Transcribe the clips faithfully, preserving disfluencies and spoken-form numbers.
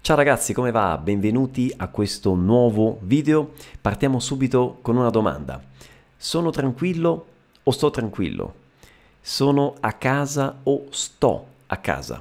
Ciao ragazzi, come va? Benvenuti a questo nuovo video. Partiamo subito con una domanda. Sono tranquillo o sto tranquillo? Sono a casa o sto a casa?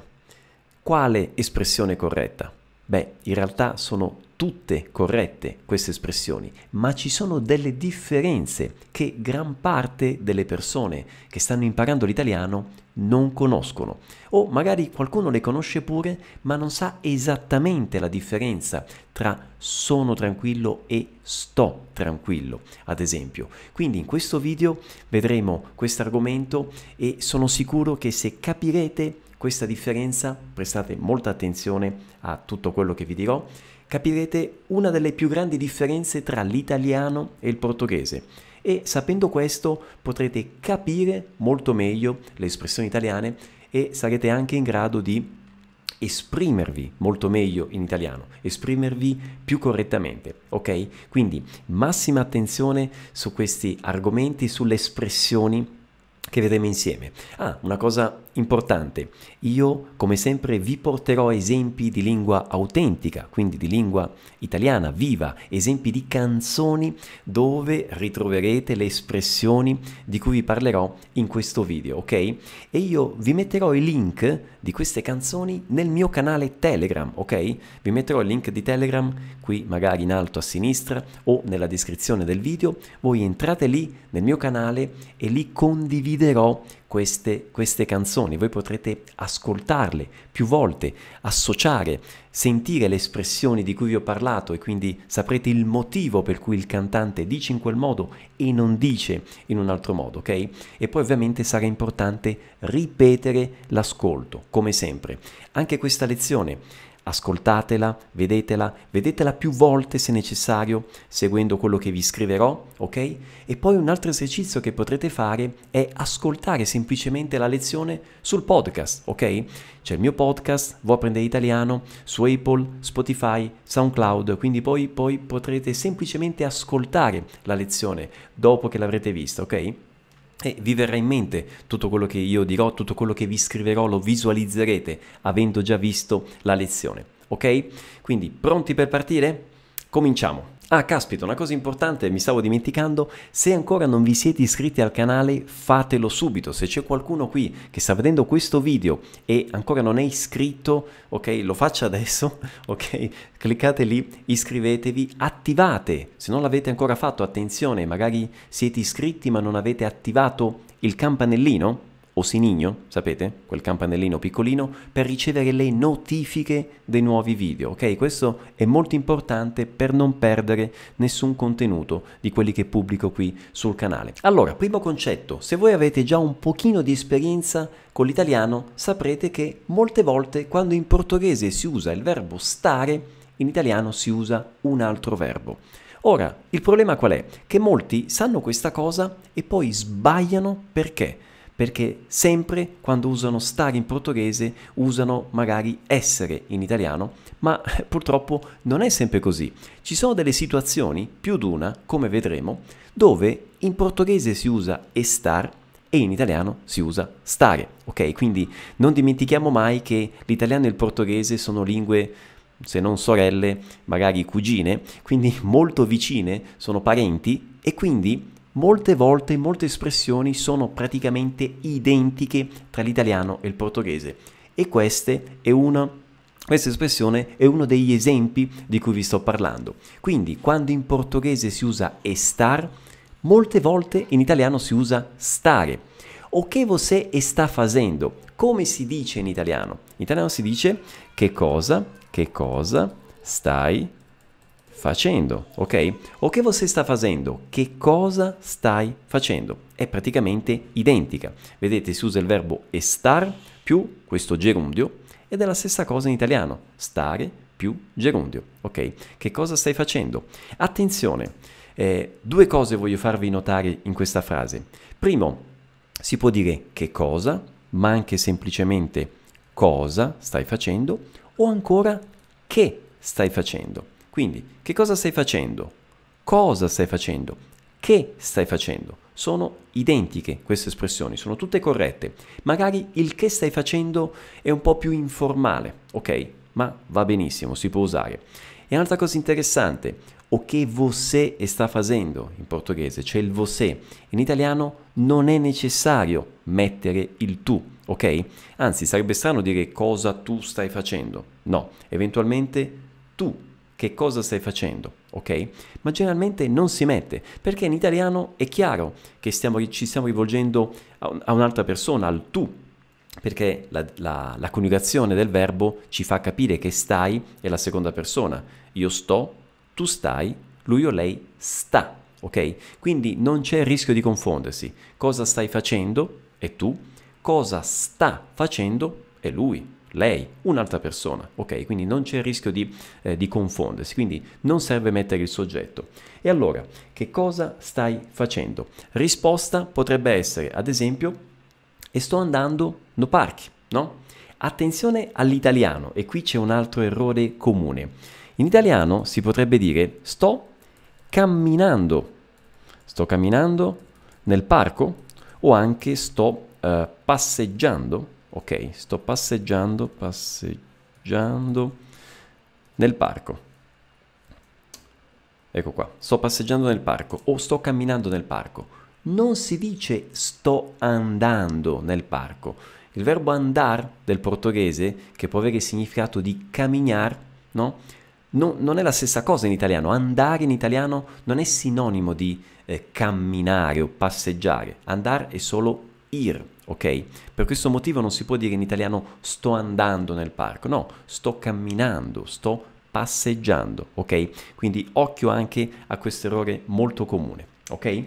Quale espressione è corretta? Beh, in realtà sono tutte corrette queste espressioni, ma ci sono delle differenze che gran parte delle persone che stanno imparando l'italiano non conoscono. O magari qualcuno le conosce pure, ma non sa esattamente la differenza tra sono tranquillo e sto tranquillo, ad esempio. Quindi in questo video vedremo questo argomento e sono sicuro che se capirete questa differenza, prestate molta attenzione a tutto quello che vi dirò, capirete una delle più grandi differenze tra l'italiano e il portoghese e sapendo questo potrete capire molto meglio le espressioni italiane e sarete anche in grado di esprimervi molto meglio in italiano, esprimervi più correttamente, ok? Quindi massima attenzione su questi argomenti, sulle espressioni che vedremo insieme. Ah, una cosa importante, io come sempre vi porterò esempi di lingua autentica, quindi di lingua italiana viva, esempi di canzoni dove ritroverete le espressioni di cui vi parlerò in questo video, ok? E io vi metterò i link di queste canzoni nel mio canale Telegram, ok? Vi metterò il link di Telegram qui magari in alto a sinistra o nella descrizione del video, voi entrate lì nel mio canale e lì condividerò Queste, queste canzoni, voi potrete ascoltarle più volte, associare, sentire le espressioni di cui vi ho parlato e quindi saprete il motivo per cui il cantante dice in quel modo e non dice in un altro modo, ok? E poi ovviamente sarà importante ripetere l'ascolto, come sempre. Anche questa lezione ascoltatela, vedetela, vedetela più volte se necessario, seguendo quello che vi scriverò, ok? E poi un altro esercizio che potrete fare è ascoltare semplicemente la lezione sul podcast, ok? C'è il mio podcast, Vuoi apprendere italiano, su Apple, Spotify, SoundCloud, quindi poi, poi potrete semplicemente ascoltare la lezione dopo che l'avrete vista, ok? E vi verrà in mente tutto quello che io dirò, tutto quello che vi scriverò, lo visualizzerete avendo già visto la lezione, ok? Quindi pronti per partire? Cominciamo! Ah, caspita, una cosa importante, mi stavo dimenticando, se ancora non vi siete iscritti al canale fatelo subito, se c'è qualcuno qui che sta vedendo questo video e ancora non è iscritto, ok, lo faccia adesso, ok, cliccate lì, iscrivetevi, attivate, se non l'avete ancora fatto, attenzione, magari siete iscritti ma non avete attivato il campanellino, o sininho, sapete? Quel campanellino piccolino per ricevere le notifiche dei nuovi video, ok? Questo è molto importante per non perdere nessun contenuto di quelli che pubblico qui sul canale. Allora, primo concetto, se voi avete già un pochino di esperienza con l'italiano, saprete che molte volte quando in portoghese si usa il verbo stare, in italiano si usa un altro verbo. Ora, il problema qual è? Che molti sanno questa cosa e poi sbagliano perché? Perché sempre quando usano stare in portoghese usano magari essere in italiano, ma purtroppo non è sempre così. Ci sono delle situazioni, più d'una, come vedremo, dove in portoghese si usa estar e in italiano si usa stare, ok? Quindi non dimentichiamo mai che l'italiano e il portoghese sono lingue, se non sorelle, magari cugine, quindi molto vicine, sono parenti e quindi molte volte, molte espressioni sono praticamente identiche tra l'italiano e il portoghese e queste è una, questa espressione è uno degli esempi di cui vi sto parlando. Quindi quando in portoghese si usa estar, molte volte in italiano si usa stare. O che você está fazendo? Come si dice in italiano? In italiano si dice che cosa, che cosa stai facendo, ok? O che você sta facendo? Che cosa stai facendo? È praticamente identica. Vedete, si usa il verbo estar più questo gerundio ed è la stessa cosa in italiano. Stare più gerundio, ok? Che cosa stai facendo? Attenzione, eh, due cose voglio farvi notare in questa frase. Primo, si può dire che cosa, ma anche semplicemente cosa stai facendo o ancora che stai facendo. Quindi, che cosa stai facendo? Cosa stai facendo? Che stai facendo? Sono identiche queste espressioni, sono tutte corrette. Magari il che stai facendo è un po' più informale, ok? ma va benissimo, si può usare. E un'altra cosa interessante, o che você está fazendo in portoghese, c'è il você. In italiano non è necessario mettere il tu, ok? Anzi, sarebbe strano dire cosa tu stai facendo. No, eventualmente tu, che cosa stai facendo, ok? Ma generalmente non si mette, perché in italiano è chiaro che stiamo, ci stiamo rivolgendo a, un, a un'altra persona, al tu, perché la, la, la coniugazione del verbo ci fa capire che stai è la seconda persona. Io sto, tu stai, lui o lei sta, ok? Quindi non c'è il rischio di confondersi. Cosa stai facendo è tu, cosa sta facendo è lui, lei, un'altra persona, ok? Quindi non c'è il rischio di, eh, di confondersi, quindi non serve mettere il soggetto. E allora, che cosa stai facendo? Risposta potrebbe essere, ad esempio, e sto andando no parchi, no? Attenzione all'italiano, e qui c'è un altro errore comune. In italiano si potrebbe dire sto camminando, sto camminando nel parco, o anche sto uh, passeggiando, ok? Sto passeggiando, passeggiando nel parco. Ecco qua, sto passeggiando nel parco o sto camminando nel parco. Non si dice sto andando nel parco. Il verbo andar del portoghese, che può avere il significato di camminar, no? No, non è la stessa cosa in italiano. Andare in italiano non è sinonimo di eh, camminare o passeggiare. Andar è solo ir, ok? Per questo motivo non si può dire in italiano sto andando nel parco. No, sto camminando, sto passeggiando, ok? Quindi occhio anche a questo errore molto comune, ok?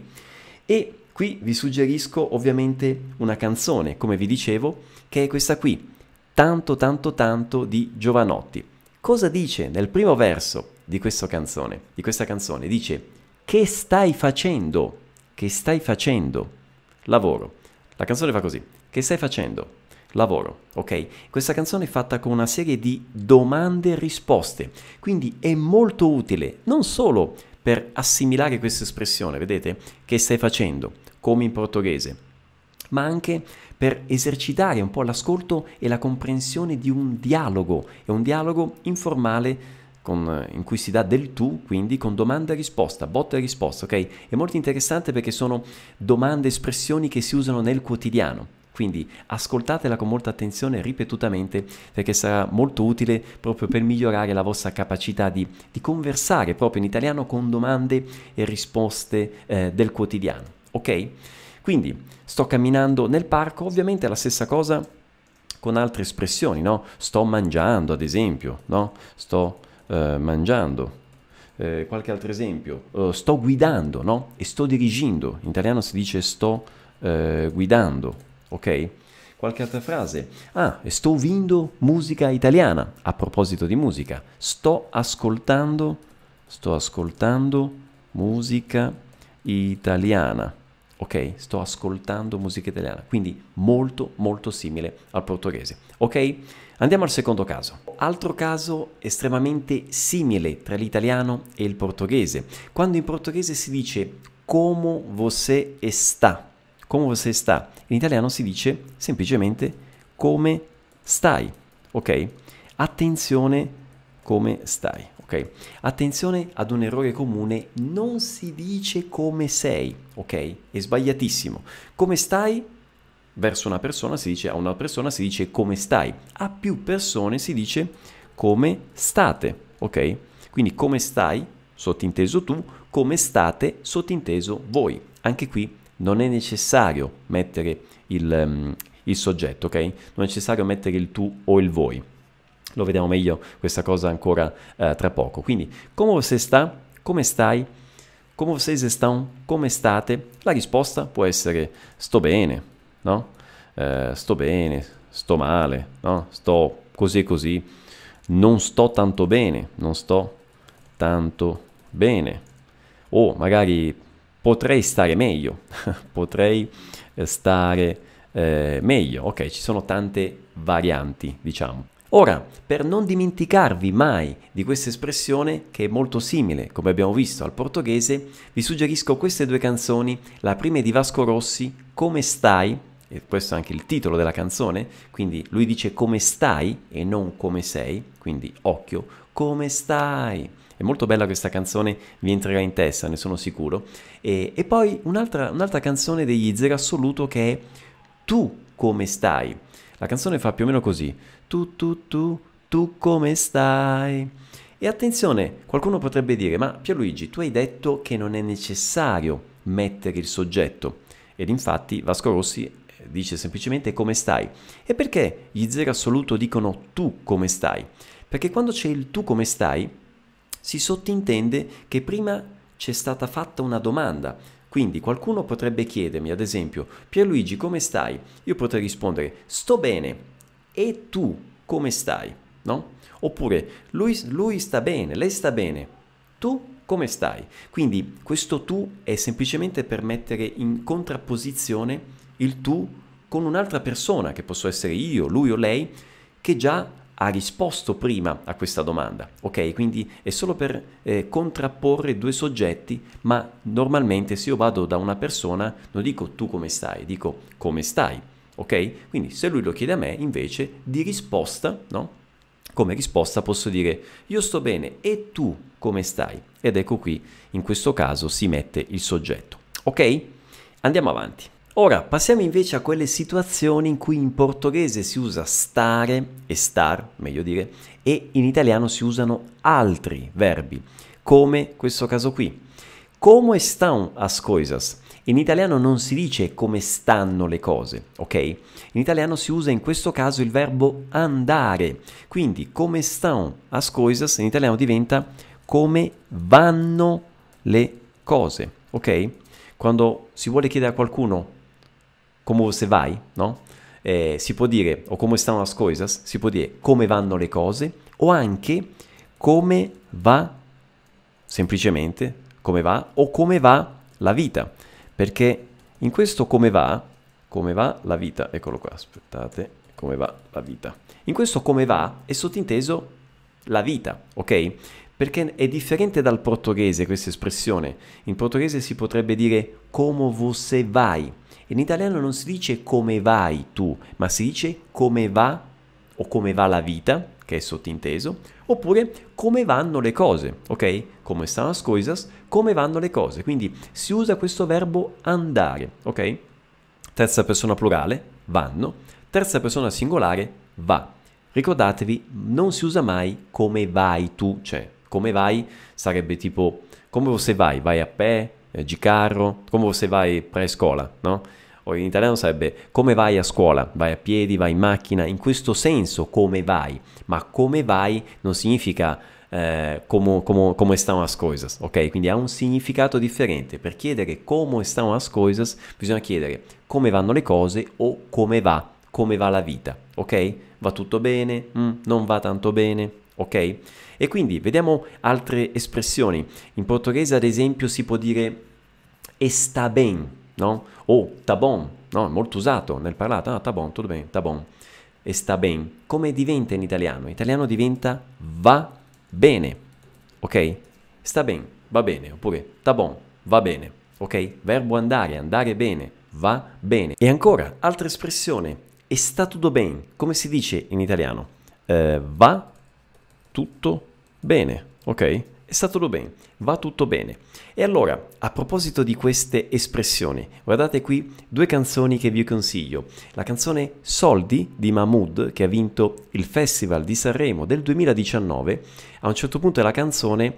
E qui vi suggerisco ovviamente una canzone, come vi dicevo, che è questa qui, Tanto tanto tanto di Jovanotti. Cosa dice nel primo verso di questa canzone? Di questa canzone dice: che stai facendo? Che stai facendo? Lavoro. La canzone fa così: che stai facendo? Lavoro, ok? Questa canzone è fatta con una serie di domande e risposte, quindi è molto utile non solo per assimilare questa espressione, vedete? Che stai facendo? Come in portoghese, ma anche per esercitare un po' l'ascolto e la comprensione di un dialogo. È un dialogo informale con, in cui si dà del tu, quindi con domanda e risposta, botta e risposta, ok? È molto interessante perché sono domande, espressioni che si usano nel quotidiano. Quindi ascoltatela con molta attenzione ripetutamente, perché sarà molto utile proprio per migliorare la vostra capacità di, di conversare proprio in italiano con domande e risposte eh, del quotidiano, ok? Quindi sto camminando nel parco, ovviamente è la stessa cosa con altre espressioni, no? Sto mangiando, ad esempio, no? Sto eh, mangiando. Eh, qualche altro esempio? Uh, sto guidando, no? E sto dirigendo. In italiano si dice sto eh, guidando. Ok? Qualche altra frase? Ah, sto ouvindo musica italiana. A proposito di musica, sto ascoltando, sto ascoltando musica italiana. Ok? Sto ascoltando musica italiana. Quindi molto molto simile al portoghese. Ok? Andiamo al secondo caso. Altro caso estremamente simile tra l'italiano e il portoghese. Quando in portoghese si dice como você está. Come você sta? In italiano si dice semplicemente come stai, ok? Attenzione come stai, ok? Attenzione ad un errore comune, non si dice come sei, ok? È sbagliatissimo. Come stai? Verso una persona si dice, a una persona si dice come stai, a più persone si dice come state, ok? Quindi come stai, sottinteso tu, come state, sottinteso voi. Anche qui non è necessario mettere il, um, il soggetto, ok? Non è necessario mettere il tu o il voi. Lo vediamo meglio questa cosa ancora uh, tra poco. Quindi, come você sta? Come stai? Come vocês estão? Come state? La risposta può essere sto bene, no? Uh, sto bene, sto male, no? Sto così e così. Non sto tanto bene, non sto tanto bene. O magari potrei stare meglio, potrei stare eh, meglio. Ok, ci sono tante varianti, diciamo. Ora, per non dimenticarvi mai di questa espressione, che è molto simile, come abbiamo visto, al portoghese, vi suggerisco queste due canzoni. La prima è di Vasco Rossi, Come stai? e questo è anche il titolo della canzone, quindi lui dice come stai e non come sei, quindi occhio, come stai? È molto bella questa canzone, vi entrerà in testa, ne sono sicuro. E, e poi un'altra, un'altra canzone degli Zero Assoluto che è Tu come stai? La canzone fa più o meno così, tu tu tu, tu come stai? E attenzione, qualcuno potrebbe dire, ma Pierluigi, tu hai detto che non è necessario mettere il soggetto, ed infatti Vasco Rossi dice semplicemente come stai. E perché gli Zero Assoluto dicono tu come stai? Perché quando c'è il tu come stai, si sottintende che prima c'è stata fatta una domanda. Quindi qualcuno potrebbe chiedermi, ad esempio, Pierluigi come stai? Io potrei rispondere, sto bene, e tu come stai? No? Oppure, lui, lui sta bene, lei sta bene, tu come stai? Quindi questo tu è semplicemente per mettere in contrapposizione il tu con un'altra persona, che posso essere io, lui o lei, che già ha risposto prima a questa domanda, ok? Quindi è solo per eh, contrapporre due soggetti, ma normalmente se io vado da una persona non dico tu come stai, dico come stai, ok? Quindi se lui lo chiede a me, invece di risposta, no? Come risposta posso dire io sto bene e tu come stai? Ed ecco qui, in questo caso si mette il soggetto, ok? Andiamo avanti. Ora passiamo invece a quelle situazioni in cui in portoghese si usa stare e star, meglio dire, e in italiano si usano altri verbi, come questo caso qui. Como estão as coisas? In italiano non si dice come stanno le cose, ok? In italiano si usa in questo caso il verbo andare, quindi come estão as coisas in italiano diventa come vanno le cose, ok? Quando si vuole chiedere a qualcuno come você vai, no? Eh, si può dire, o come stanno as coisas, si può dire come vanno le cose, o anche come va, semplicemente, come va, o come va la vita, perché in questo come va, come va la vita, eccolo qua, aspettate, come va la vita, in questo come va è sottinteso la vita, ok? Perché è differente dal portoghese questa espressione, in portoghese si potrebbe dire como você vai, in italiano non si dice come vai tu, ma si dice come va o come va la vita, che è sottinteso, oppure come vanno le cose, ok? Come stanno as coisas, come vanno le cose. Quindi si usa questo verbo andare, ok? Terza persona plurale, vanno. Terza persona singolare, va. Ricordatevi, non si usa mai come vai tu, cioè come vai sarebbe tipo come você vai, vai a pé, de carro, come você vai para a scuola, no? O in italiano sarebbe come vai a scuola, vai a piedi, vai in macchina, in questo senso come vai, ma come vai non significa eh, come, come, come stanno as coisas, ok? Quindi ha un significato differente. Per chiedere come stanno as coisas bisogna chiedere come vanno le cose o come va, come va la vita, ok? Va tutto bene? Mm, non va tanto bene, ok? E quindi vediamo altre espressioni. In portoghese ad esempio si può dire está bem, no? O tá bom, no? Molto usato nel parlato, ah, tá bom, tutto bene, tá bom, está bem. Come diventa in italiano? In italiano diventa va bene, ok? Sta bene, va bene, oppure tá bom, va bene, ok? Verbo andare, andare bene, va bene. E ancora, altra espressione, está tutto bene, come si dice in italiano? Eh, va tutto bene, ok? Sta tutto bene, va tutto bene. E allora, a proposito di queste espressioni, guardate qui due canzoni che vi consiglio. La canzone Soldi di Mahmood, che ha vinto il Festival di Sanremo del duemiladiciannove, a un certo punto della canzone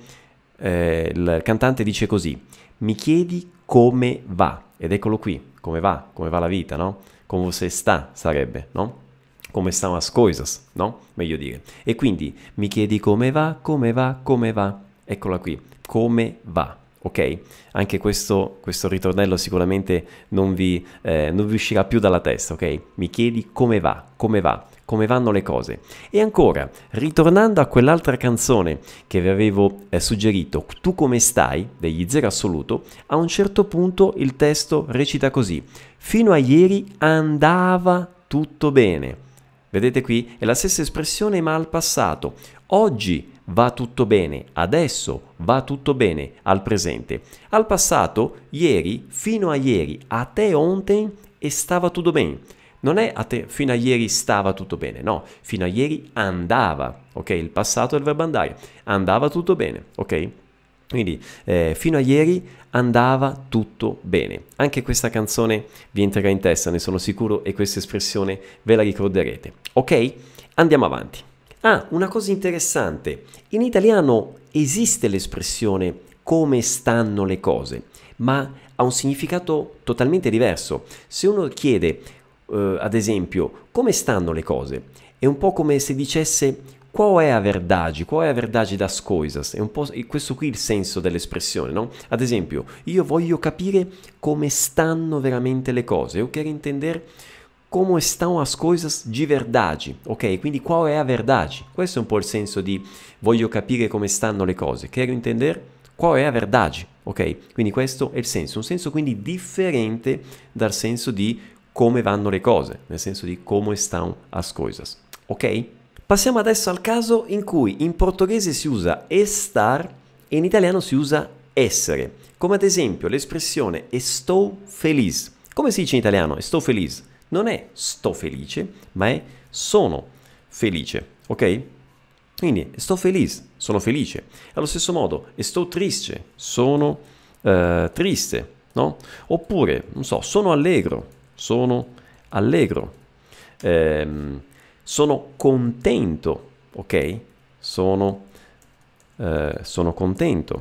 eh, il cantante dice così: mi chiedi come va, ed eccolo qui, come va, come va la vita, no? Come você sta sarebbe, no? Come stanno as coisas, no? Meglio dire. E quindi mi chiedi come va, come va, come va. Eccola qui, come va, ok? Anche questo, questo ritornello sicuramente non vi, eh, non vi uscirà più dalla testa, ok? Mi chiedi come va, come va, come vanno le cose. E ancora, ritornando a quell'altra canzone che vi avevo eh, suggerito, Tu come stai, degli Zero Assoluto, a un certo punto il testo recita così: fino a ieri andava tutto bene. Vedete qui? È la stessa espressione ma al passato. Oggi va tutto bene, adesso va tutto bene, al presente. Al passato, ieri, fino a ieri, até ontem, e stava tutto bene. Non è a te, fino a ieri stava tutto bene, no, fino a ieri andava, ok? Il passato del verbo andare, andava tutto bene, ok? Quindi eh, fino a ieri andava tutto bene. Anche questa canzone vi entrerà in testa, ne sono sicuro, e questa espressione ve la ricorderete, ok? Andiamo avanti. Ah, una cosa interessante, in italiano esiste l'espressione come stanno le cose, ma ha un significato totalmente diverso. Se uno chiede, eh, ad esempio, come stanno le cose, è un po' come se dicesse qual è a verdade, qual è a verdade das coisas, è un po' questo qui il senso dell'espressione, no? Ad esempio, io voglio capire come stanno veramente le cose, eu quero entender come estão as coisas de verdade, ok? Quindi qual è a verdade? Questo è un po' il senso di voglio capire come stanno le cose, quero entender qual è a verdade, ok? Quindi questo è il senso, un senso quindi differente dal senso di come vanno le cose, nel senso di come estão as coisas, ok? Passiamo adesso al caso in cui in portoghese si usa estar e in italiano si usa essere, come ad esempio l'espressione estou feliz. Come si dice in italiano estou feliz? Non è sto felice, ma è sono felice, ok? Quindi sto feliz, sono felice. Allo stesso modo, sto triste, sono eh, triste, no? Oppure, non so, sono allegro, sono allegro. Ehm, sono contento, ok? Sono, eh, sono contento.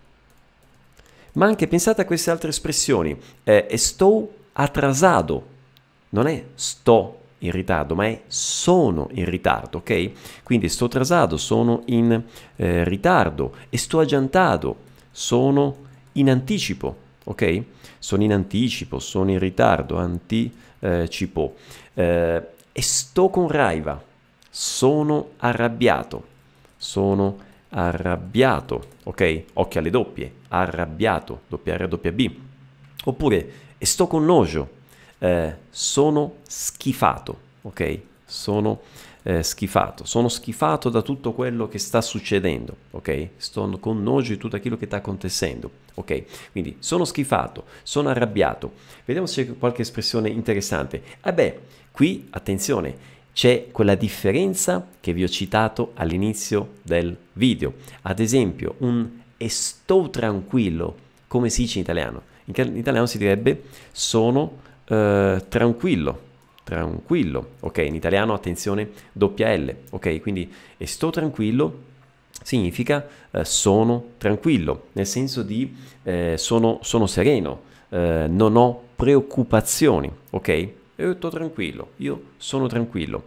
Ma anche pensate a queste altre espressioni. Eh, estou atrasado. Non è sto in ritardo, ma è sono in ritardo, ok? Quindi sto atrasado, sono in eh, ritardo, e sto aggiantato, sono in anticipo, ok? Sono in anticipo, sono in ritardo, anticipo. Eh, e sto con raiva, sono arrabbiato, sono arrabbiato, ok? Occhio alle doppie, arrabbiato, doppia R, doppia B. Oppure, e sto con nojo, Eh, sono schifato, ok? Sono eh, schifato, sono schifato da tutto quello che sta succedendo, ok? Sto con nojo di tutto quello che sta acontecendo, ok? Quindi sono schifato, sono arrabbiato. Vediamo se c'è qualche espressione interessante. Eh beh, qui, attenzione, c'è quella differenza che vi ho citato all'inizio del video. Ad esempio, un estou tranquillo, come si dice in italiano? In italiano si direbbe sono Uh, tranquillo, tranquillo, ok? In italiano, attenzione, doppia L, ok? Quindi sto tranquillo significa uh, sono tranquillo, nel senso di eh, sono, sono sereno, uh, non ho preoccupazioni, ok? Io sto tranquillo, io sono tranquillo.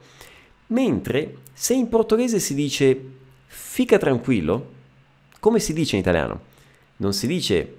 Mentre se in portoghese si dice fica tranquillo, come si dice in italiano? Non si dice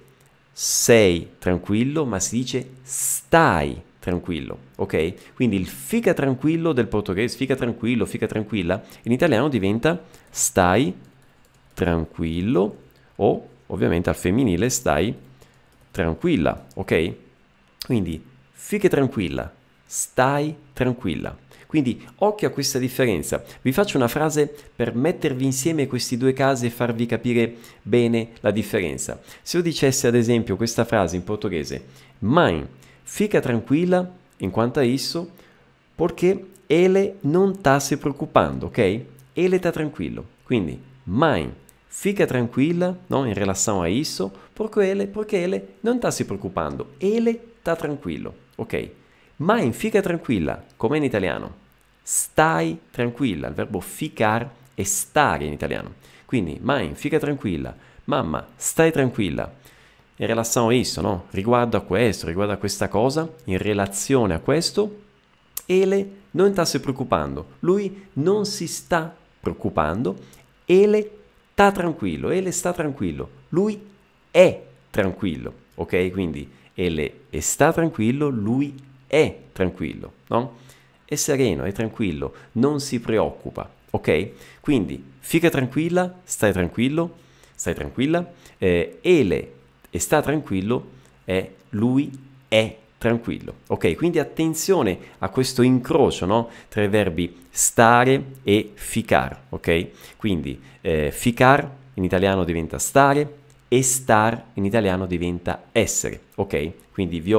sei tranquillo, ma si dice stai tranquillo, ok? Quindi il fica tranquillo del portoghese, fica tranquillo, fica tranquilla, in italiano diventa stai tranquillo, o ovviamente al femminile stai tranquilla, ok? Quindi fica tranquilla, stai tranquilla. Quindi occhio a questa differenza. Vi faccio una frase per mettervi insieme questi due casi e farvi capire bene la differenza. Se io dicessi ad esempio questa frase in portoghese, mãe, fica tranquilla in quanto a isso, porque ele non sta se preoccupando, ok? Ele sta tranquillo. Quindi, mãe, fica tranquilla, no? In relação a isso, porque ele, porque ele non sta se preoccupando. Ele sta tranquillo, ok? Mãe, fica tranquilla, come in italiano. Stai tranquilla, il verbo ficar è stare in italiano. Quindi, mãe, fica tranquilla. Mamma, stai tranquilla. In relazione a isso, no? Riguardo a questo, riguardo a questa cosa, in relazione a questo, ele non sta se preoccupando. Lui non si sta preoccupando. Ele sta tranquillo, ele sta tranquillo. Lui è tranquillo, ok? Quindi, ele sta tranquillo, lui è è tranquillo, no? È sereno, è tranquillo, non si preoccupa, ok? Quindi, fica tranquilla, stai tranquillo, stai tranquilla, eh, ele sta tranquillo, è lui è tranquillo, ok? Quindi attenzione a questo incrocio, no? Tra i verbi stare e ficar, ok? Quindi, eh, ficar in italiano diventa stare e star in italiano diventa essere, ok? Quindi vi ho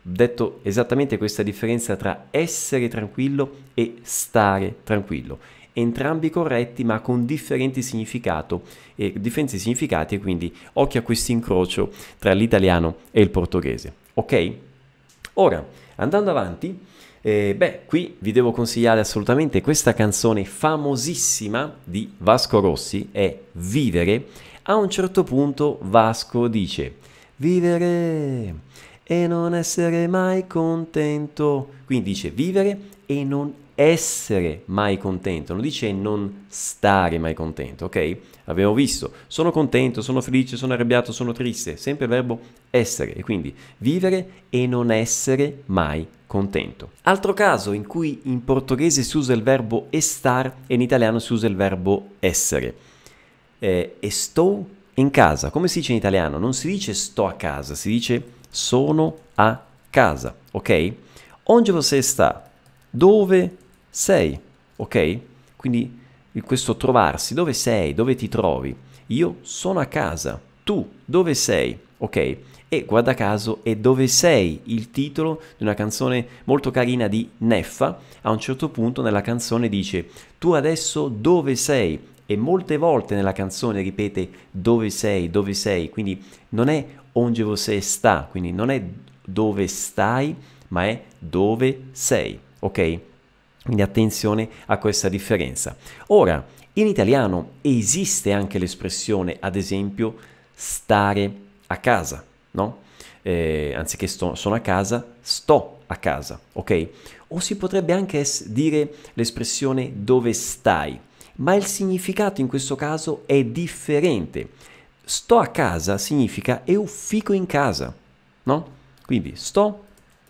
detto esattamente questa differenza tra essere tranquillo e stare tranquillo. Entrambi corretti ma con differenti significato e differenti significati e quindi occhio a questo incrocio tra l'italiano e il portoghese. Ok? Ora, andando avanti, eh, beh, qui vi devo consigliare assolutamente questa canzone famosissima di Vasco Rossi, è Vivere. A un certo punto Vasco dice: vivere e non essere mai contento. Quindi dice vivere e non essere mai contento, non dice non stare mai contento, ok? Abbiamo visto, sono contento, sono felice, sono arrabbiato, sono triste, sempre il verbo essere, e quindi vivere e non essere mai contento. Altro caso in cui in portoghese si usa il verbo estar e in italiano si usa il verbo essere. Eh, estou in casa, come si dice in italiano? Non si dice sto a casa, si dice sono a casa, ok? Onde você está? Dove sei, ok? Quindi questo trovarsi, dove sei, dove ti trovi? Io sono a casa, tu dove sei, ok? E guarda caso è Dove sei, il titolo di una canzone molto carina di Neffa. A un certo punto nella canzone dice tu adesso dove sei? E molte volte nella canzone ripete dove sei, dove sei, quindi non è onde você está, quindi non è dove stai, ma è dove sei, ok? Quindi attenzione a questa differenza. Ora, in italiano esiste anche l'espressione, ad esempio, stare a casa, no? Eh, anziché sto, sono a casa, sto a casa, ok? O si potrebbe anche es- dire l'espressione dove stai, ma il significato in questo caso è differente. Sto a casa significa eu fico in casa, no? Quindi sto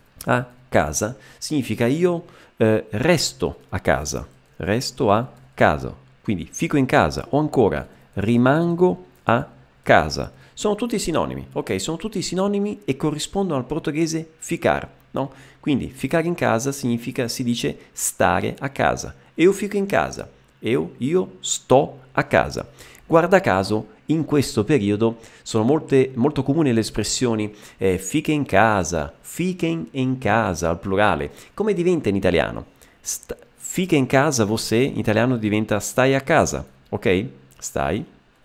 a casa significa io eh, resto a casa, resto a casa, quindi fico in casa o ancora rimango a casa. Sono tutti sinonimi, ok? Sono tutti sinonimi e corrispondono al portoghese ficar, no? Quindi ficar in casa significa, si dice stare a casa. Eu fico in casa, eu, io sto a casa. Guarda caso, in questo periodo sono molte, molto comuni le espressioni eh, fiche in casa, fiquem in casa, al plurale. Come diventa in italiano? Sta, fica in casa, você, in italiano diventa stai a casa, ok? Stai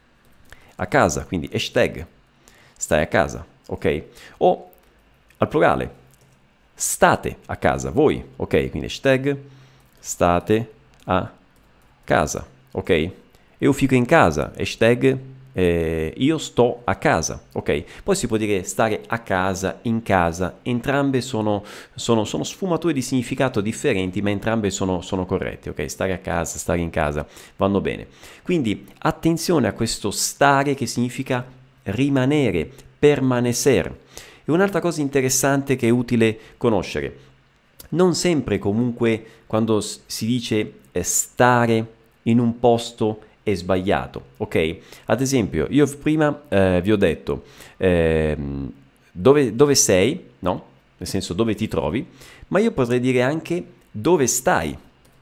a casa, quindi hashtag, stai a casa, ok? O al plurale, state a casa, voi, ok? Quindi hashtag, state a casa, ok? Eu fico in casa, hashtag eh, io sto a casa, ok? Poi si può dire stare a casa, in casa, entrambe sono, sono, sono sfumature di significato differenti, ma entrambe sono, sono corrette, ok? Stare a casa, stare in casa, vanno bene. Quindi attenzione a questo stare che significa rimanere, permanecer. E un'altra cosa interessante che è utile conoscere, non sempre comunque quando si dice eh, stare in un posto è sbagliato, ok? Ad esempio, io prima eh, vi ho detto eh, dove, dove sei, no? Nel senso dove ti trovi, ma io potrei dire anche dove stai.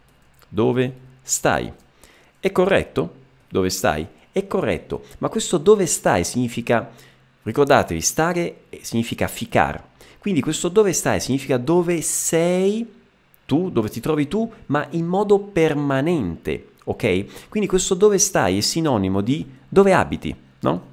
Dove stai? È corretto? Dove stai? È corretto, ma questo dove stai significa, ricordatevi, stare significa ficar. Quindi questo dove stai significa dove sei tu, dove ti trovi tu, ma in modo permanente. Ok? Quindi questo dove stai è sinonimo di dove abiti, no?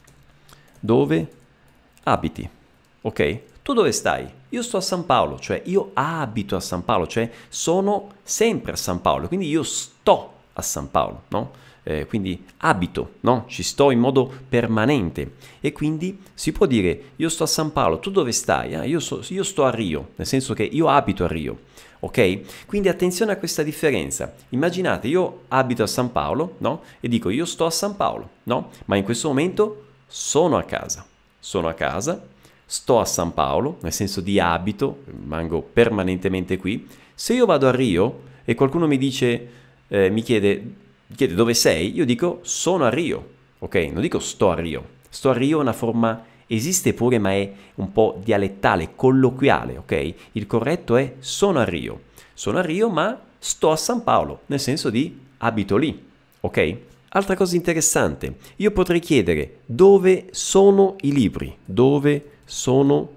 Dove abiti, ok? Tu dove stai? Io sto a San Paolo, cioè io abito a San Paolo, cioè sono sempre a San Paolo, quindi io sto a San Paolo, no? Eh, quindi abito, no? Ci sto in modo permanente e quindi si può dire io sto a San Paolo, tu dove stai? Ah, io, so, io sto a Rio, nel senso che io abito a Rio. Ok? Quindi attenzione a questa differenza. Immaginate, io abito a San Paolo, no? E dico io sto a San Paolo, no? Ma in questo momento sono a casa. Sono a casa, sto a San Paolo, nel senso di abito, rimango permanentemente qui. Se io vado a Rio e qualcuno mi dice, eh, mi chiede, chiede dove sei, io dico sono a Rio, ok? Non dico sto a Rio. Sto a Rio è una forma esiste pure ma è un po' dialettale, colloquiale, ok? Il corretto è sono a Rio. Sono a Rio ma sto a San Paolo, nel senso di abito lì, ok? Altra cosa interessante, io potrei chiedere dove sono i libri? Dove sono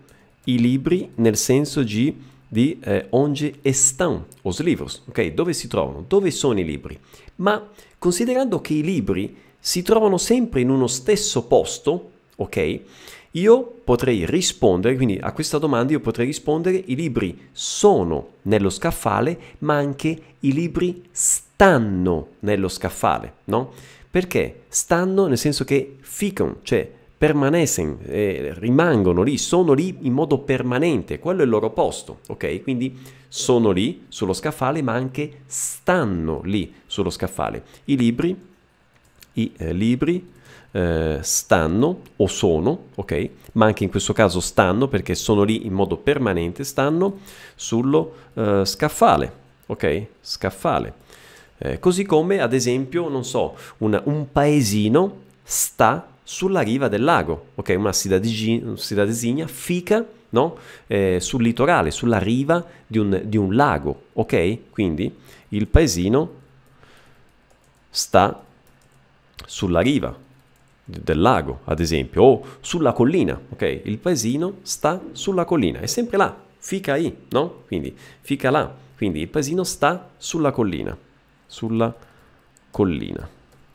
i libri nel senso di, di eh, onde estão os livros, ok? Dove si trovano? Dove sono i libri? Ma considerando che i libri si trovano sempre in uno stesso posto, ok? Io potrei rispondere, quindi a questa domanda io potrei rispondere: i libri sono nello scaffale, ma anche i libri stanno nello scaffale, no? Perché stanno nel senso che ficam, cioè permanecen, eh, rimangono lì, sono lì in modo permanente, quello è il loro posto, ok? Quindi sono lì sullo scaffale, ma anche stanno lì sullo scaffale. I libri, i eh, libri eh, stanno o sono, ok? Ma anche in questo caso stanno perché sono lì in modo permanente, stanno sullo eh, scaffale, ok? Scaffale. Eh, così come, ad esempio, non so, una, un paesino sta sulla riva del lago, ok? Una cidadezinha fica, no? Eh, sul litorale, sulla riva di un, di un lago, ok? Quindi il paesino sta sulla riva del lago, ad esempio, o sulla collina, ok? Il paesino sta sulla collina, è sempre là, fica lì, no? Quindi fica là, quindi il paesino sta sulla collina. Sulla collina,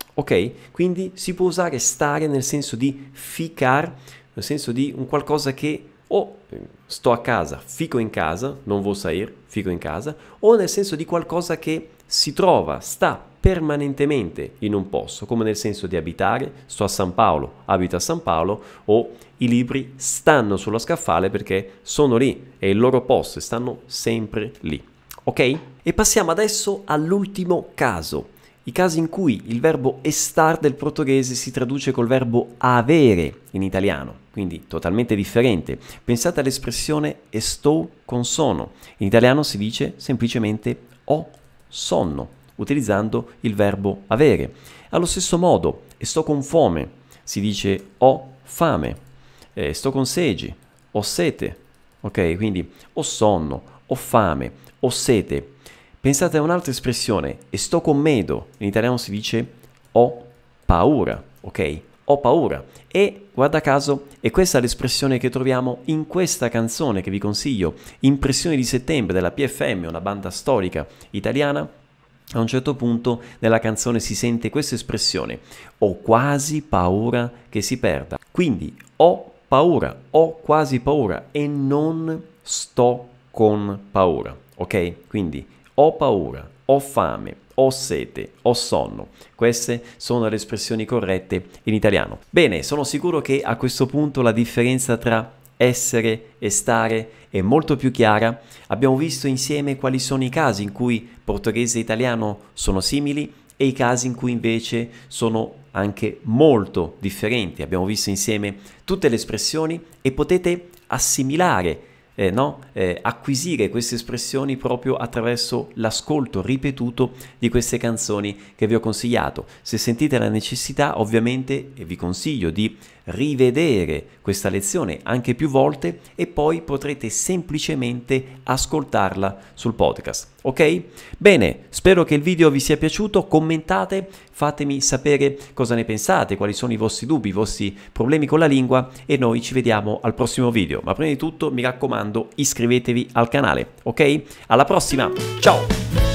ok? Quindi si può usare stare nel senso di ficar, nel senso di un qualcosa che o sto a casa, fico in casa, non vou sair, fico in casa, o nel senso di qualcosa che si trova, sta permanentemente in un posto, come nel senso di abitare, sto a San Paolo, abito a San Paolo, o i libri stanno sullo scaffale perché sono lì, è il loro posto e stanno sempre lì. Ok? E passiamo adesso all'ultimo caso, i casi in cui il verbo estar del portoghese si traduce col verbo avere in italiano, quindi totalmente differente. Pensate all'espressione estou con sono, in italiano si dice semplicemente ho sonno, utilizzando il verbo avere. Allo stesso modo, sto con fome, si dice ho fame, eh, sto con sedi, ho sete, ok? Quindi ho sonno, ho fame, ho sete. Pensate a un'altra espressione, sto con medo, in italiano si dice ho paura, ok? Ho paura. E guarda caso, è questa l'espressione che troviamo in questa canzone che vi consiglio, Impressioni di settembre della P F M, una banda storica italiana. A un certo punto nella canzone si sente questa espressione, ho quasi paura che si perda. Quindi ho paura, ho quasi paura e non sto con paura, ok? Quindi ho paura, ho fame, ho sete, ho sonno. Queste sono le espressioni corrette in italiano. Bene, sono sicuro che a questo punto la differenza tra essere e stare è molto più chiara. Abbiamo visto insieme quali sono i casi in cui portoghese e italiano sono simili e i casi in cui invece sono anche molto differenti. Abbiamo visto insieme tutte le espressioni e potete assimilare Eh, no? eh, acquisire queste espressioni proprio attraverso l'ascolto ripetuto di queste canzoni che vi ho consigliato. Se sentite la necessità, ovviamente vi consiglio di rivedere questa lezione anche più volte e poi potrete semplicemente ascoltarla sul podcast. Ok? Bene, spero che il video vi sia piaciuto, commentate, fatemi sapere cosa ne pensate, quali sono i vostri dubbi, i vostri problemi con la lingua e noi ci vediamo al prossimo video. Ma prima di tutto mi raccomando, iscrivetevi al canale, ok? Alla prossima, ciao!